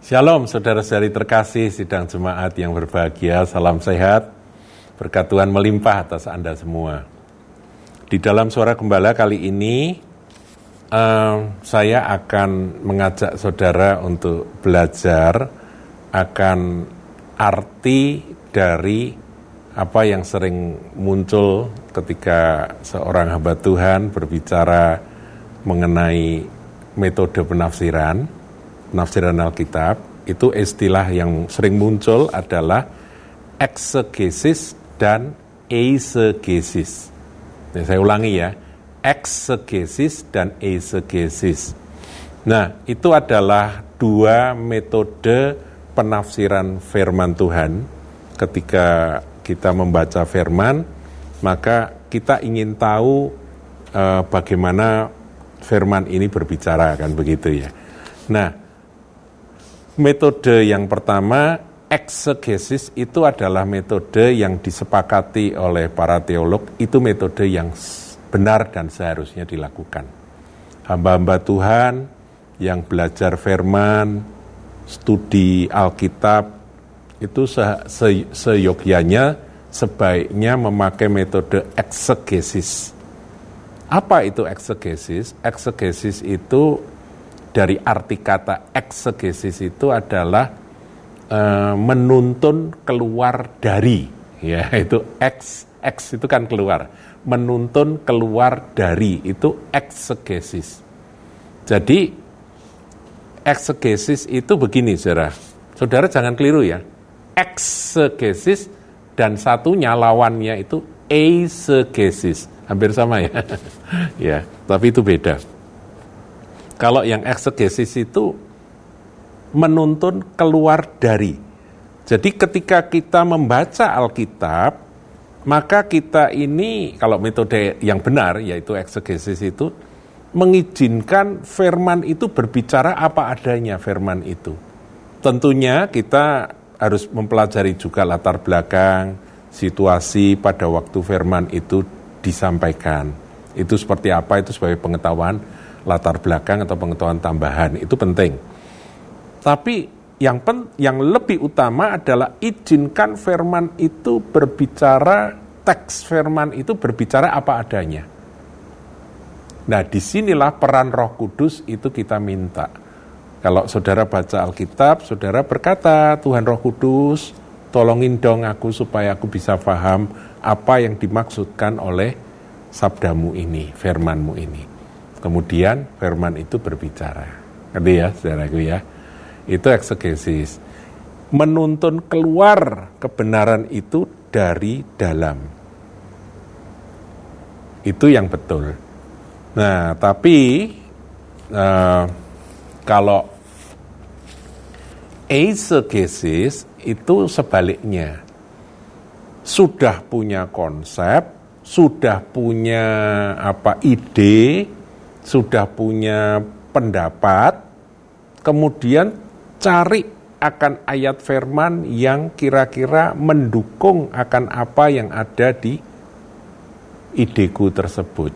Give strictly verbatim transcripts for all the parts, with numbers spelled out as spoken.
Shalom saudara-saudari terkasih, sidang jemaat yang berbahagia, salam sehat, berkat Tuhan melimpah atas Anda semua. Di dalam Suara Gembala kali ini, um, saya akan mengajak saudara untuk belajar akan arti dari apa yang sering muncul ketika seorang hamba Tuhan berbicara mengenai metode penafsiran, penafsiran Alkitab. Itu istilah yang sering muncul adalah eksegesis dan eisegesis. Nah, saya ulangi ya, eksegesis dan eisegesis. Nah, itu adalah dua metode penafsiran firman Tuhan. Ketika kita membaca firman, maka kita ingin tahu eh, bagaimana firman ini berbicara, kan begitu ya. Nah, metode yang pertama, eksegesis, itu adalah metode yang disepakati oleh para teolog, itu metode yang benar dan seharusnya dilakukan. Hamba-hamba Tuhan yang belajar firman, studi Alkitab, itu se- se- seyogyanya, sebaiknya memakai metode eksegesis. Apa itu eksegesis? Eksegesis itu, dari arti kata eksegesis itu adalah e, menuntun keluar dari, ya itu ex, ex itu kan keluar, menuntun keluar dari, itu eksegesis. Jadi eksegesis itu begini, saudara, saudara jangan keliru ya, eksegesis dan satunya lawannya itu eisegesis, hampir sama ya, ya, tapi itu beda. Kalau yang eksegesis itu menuntun keluar dari. Jadi ketika kita membaca Alkitab, maka kita ini, kalau metode yang benar, yaitu eksegesis itu, mengizinkan firman itu berbicara apa adanya firman itu. Tentunya kita harus mempelajari juga latar belakang, situasi pada waktu firman itu disampaikan. Itu seperti apa, itu sebagai pengetahuan latar belakang atau pengetahuan tambahan, itu penting. Tapi yang pen, yang lebih utama adalah izinkan firman itu berbicara, teks firman itu berbicara apa adanya. Nah, disinilah peran Roh Kudus itu kita minta. Kalau saudara baca Alkitab, saudara berkata, Tuhan Roh Kudus, tolongin dong aku supaya aku bisa paham apa yang dimaksudkan oleh sabdamu ini, firmanmu ini. Kemudian firman itu berbicara. Ngerti ya, saudaraku ya? Itu eksegesis. Menuntun keluar kebenaran itu dari dalam. Itu yang betul. Nah, tapi uh, kalau eisegesis itu sebaliknya. Sudah punya konsep, sudah punya apa ide, sudah punya pendapat, kemudian cari akan ayat firman yang kira-kira mendukung akan apa yang ada di ideku tersebut.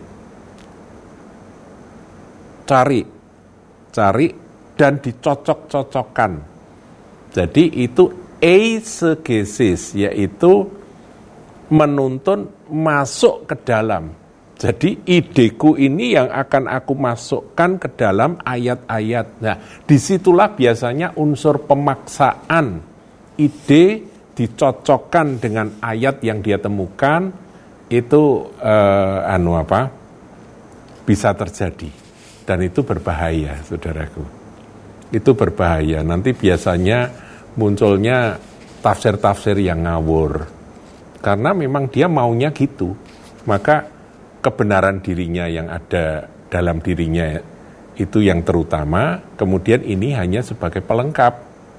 Cari, cari dan dicocok-cocokkan. Jadi itu eisegesis, yaitu menuntun masuk ke dalam. Jadi ideku ini yang akan aku masukkan ke dalam ayat-ayat. Nah, disitulah biasanya unsur pemaksaan. Ide dicocokkan dengan ayat yang dia temukan, itu eh, anu apa? Bisa terjadi. Dan itu berbahaya, saudaraku. Itu berbahaya. Nanti biasanya munculnya tafsir-tafsir yang ngawur. Karena memang dia maunya gitu. Maka kebenaran dirinya yang ada dalam dirinya itu yang terutama, kemudian ini hanya sebagai pelengkap.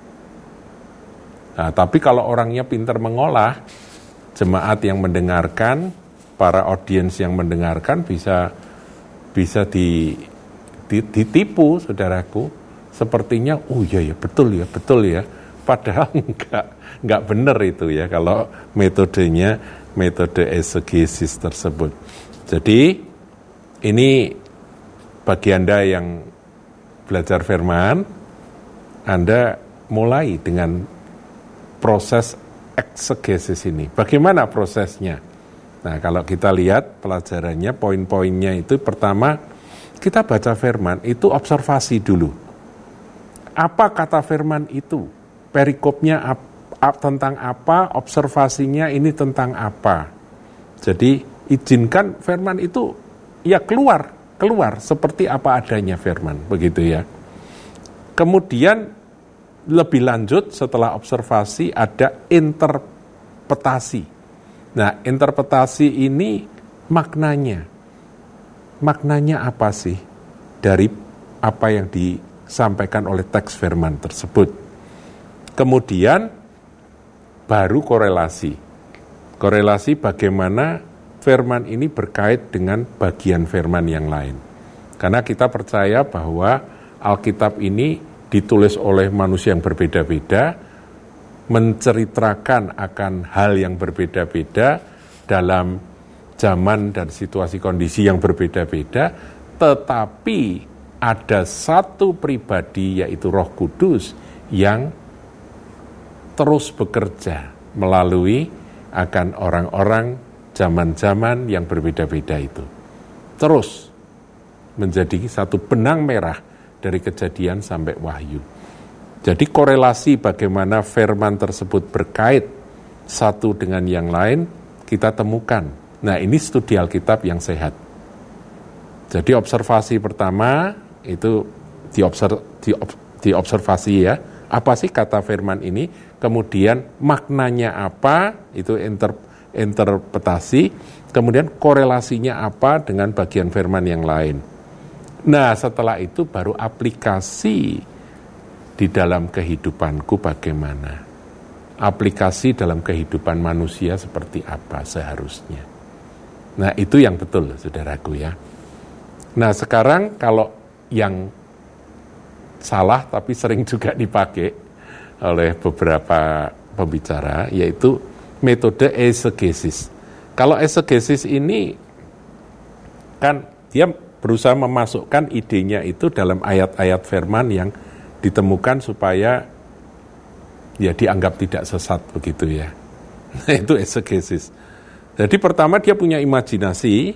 Nah, tapi kalau orangnya pintar mengolah, jemaat yang mendengarkan, para audiens yang mendengarkan bisa bisa di, di, ditipu, saudaraku. Sepertinya, oh iya ya, betul ya, betul ya. Padahal enggak, enggak benar itu ya kalau metodenya, metode eisegesis tersebut. Jadi ini bagi Anda yang belajar firman, Anda mulai dengan proses eksegesis ini. Bagaimana prosesnya? Nah, kalau kita lihat pelajarannya, poin-poinnya itu pertama, kita baca firman, itu observasi dulu. Apa kata firman itu? Perikopnya ap, ap, tentang apa? Observasinya ini tentang apa? Jadi, izinkan firman itu ya keluar, keluar seperti apa adanya firman, begitu ya. Kemudian, lebih lanjut setelah observasi ada interpretasi. Nah, interpretasi ini maknanya. Maknanya apa sih dari apa yang disampaikan oleh teks firman tersebut? Kemudian baru korelasi. Korelasi bagaimana firman ini berkait dengan bagian firman yang lain. Karena kita percaya bahwa Alkitab ini ditulis oleh manusia yang berbeda-beda, menceritakan akan hal yang berbeda-beda dalam zaman dan situasi kondisi yang berbeda-beda, tetapi ada satu pribadi yaitu Roh Kudus yang terus bekerja melalui akan orang-orang zaman-zaman yang berbeda-beda itu. Terus menjadi satu benang merah dari Kejadian sampai Wahyu. Jadi korelasi bagaimana firman tersebut berkait satu dengan yang lain kita temukan. Nah, ini studi Alkitab yang sehat. Jadi observasi pertama itu diobser, diob, diobservasi ya. Apa sih kata firman ini? Kemudian maknanya apa? Itu inter, interpretasi. Kemudian korelasinya apa dengan bagian firman yang lain. Nah, setelah itu baru aplikasi di dalam kehidupanku bagaimana? Aplikasi dalam kehidupan manusia seperti apa seharusnya? Nah, itu yang betul, saudaraku ya. Nah, sekarang kalau yang salah tapi sering juga dipakai oleh beberapa pembicara, yaitu metode eisegesis. Kalau eisegesis ini kan dia berusaha memasukkan idenya itu dalam ayat-ayat firman yang ditemukan supaya ya dianggap tidak sesat begitu ya. Nah, itu eisegesis. Jadi pertama dia punya imajinasi,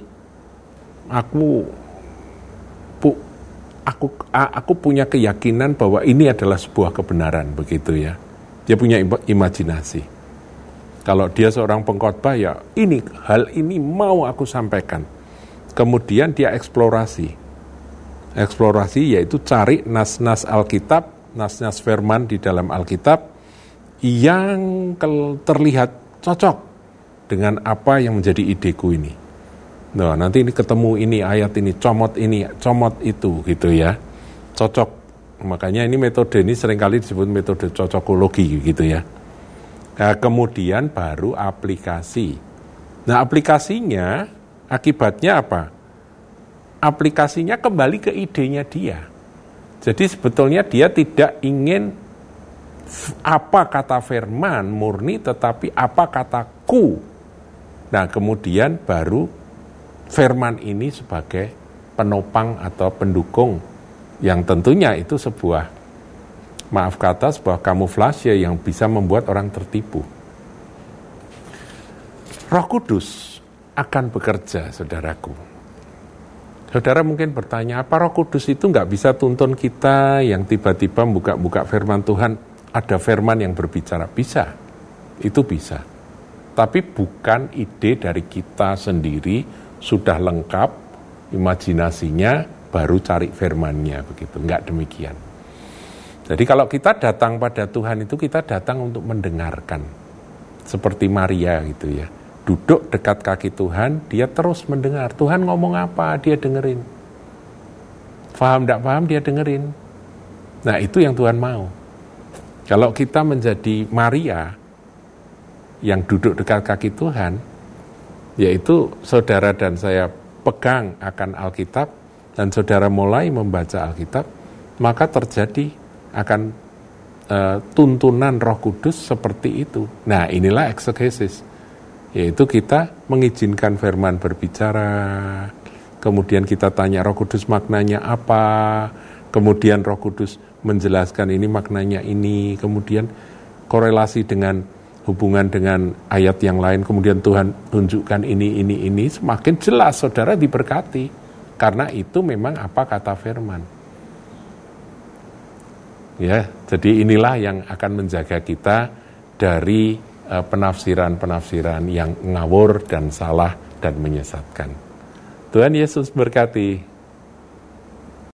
aku pu, aku aku punya keyakinan bahwa ini adalah sebuah kebenaran begitu ya. Dia punya imajinasi. Kalau dia seorang pengkhotbah ya ini hal ini mau aku sampaikan. Kemudian dia eksplorasi. Eksplorasi yaitu cari nas-nas Alkitab, nas-nas firman di dalam Alkitab yang terlihat cocok dengan apa yang menjadi ideku ini. Nah, nanti ini ketemu ini ayat ini, comot ini, comot itu gitu ya. Cocok. Makanya ini metode ini seringkali disebut metode cocokologi gitu ya. Nah, kemudian baru aplikasi. Nah, aplikasinya akibatnya apa? Aplikasinya kembali ke idenya dia. Jadi sebetulnya dia tidak ingin apa kata firman murni, tetapi apa kataku. Nah, kemudian baru firman ini sebagai penopang atau pendukung yang tentunya itu sebuah, maaf kata, sebuah kamuflase yang bisa membuat orang tertipu. Roh Kudus akan bekerja, saudaraku. Saudara mungkin bertanya, apa Roh Kudus itu nggak bisa tuntun kita yang tiba-tiba buka-buka firman Tuhan, ada firman yang berbicara? Bisa, itu bisa. Tapi bukan ide dari kita sendiri, sudah lengkap imajinasinya, baru cari firmannya, begitu. Nggak demikian. Jadi kalau kita datang pada Tuhan itu, kita datang untuk mendengarkan. Seperti Maria gitu ya. Duduk dekat kaki Tuhan, dia terus mendengar. Tuhan ngomong apa, dia dengerin. Paham tidak paham, dia dengerin. Nah, itu yang Tuhan mau. Kalau kita menjadi Maria, yang duduk dekat kaki Tuhan, yaitu saudara dan saya pegang akan Alkitab, dan saudara mulai membaca Alkitab, maka terjadi akan uh, tuntunan Roh Kudus seperti itu. Nah, inilah eksegesis. Yaitu kita mengizinkan firman berbicara, kemudian kita tanya Roh Kudus maknanya apa, kemudian Roh Kudus menjelaskan ini maknanya ini, kemudian korelasi dengan hubungan dengan ayat yang lain, kemudian Tuhan tunjukkan ini, ini, ini, semakin jelas saudara diberkati. Karena itu memang apa kata firman. Ya, jadi inilah yang akan menjaga kita dari uh, penafsiran-penafsiran yang ngawur dan salah dan menyesatkan. Tuhan Yesus berkati.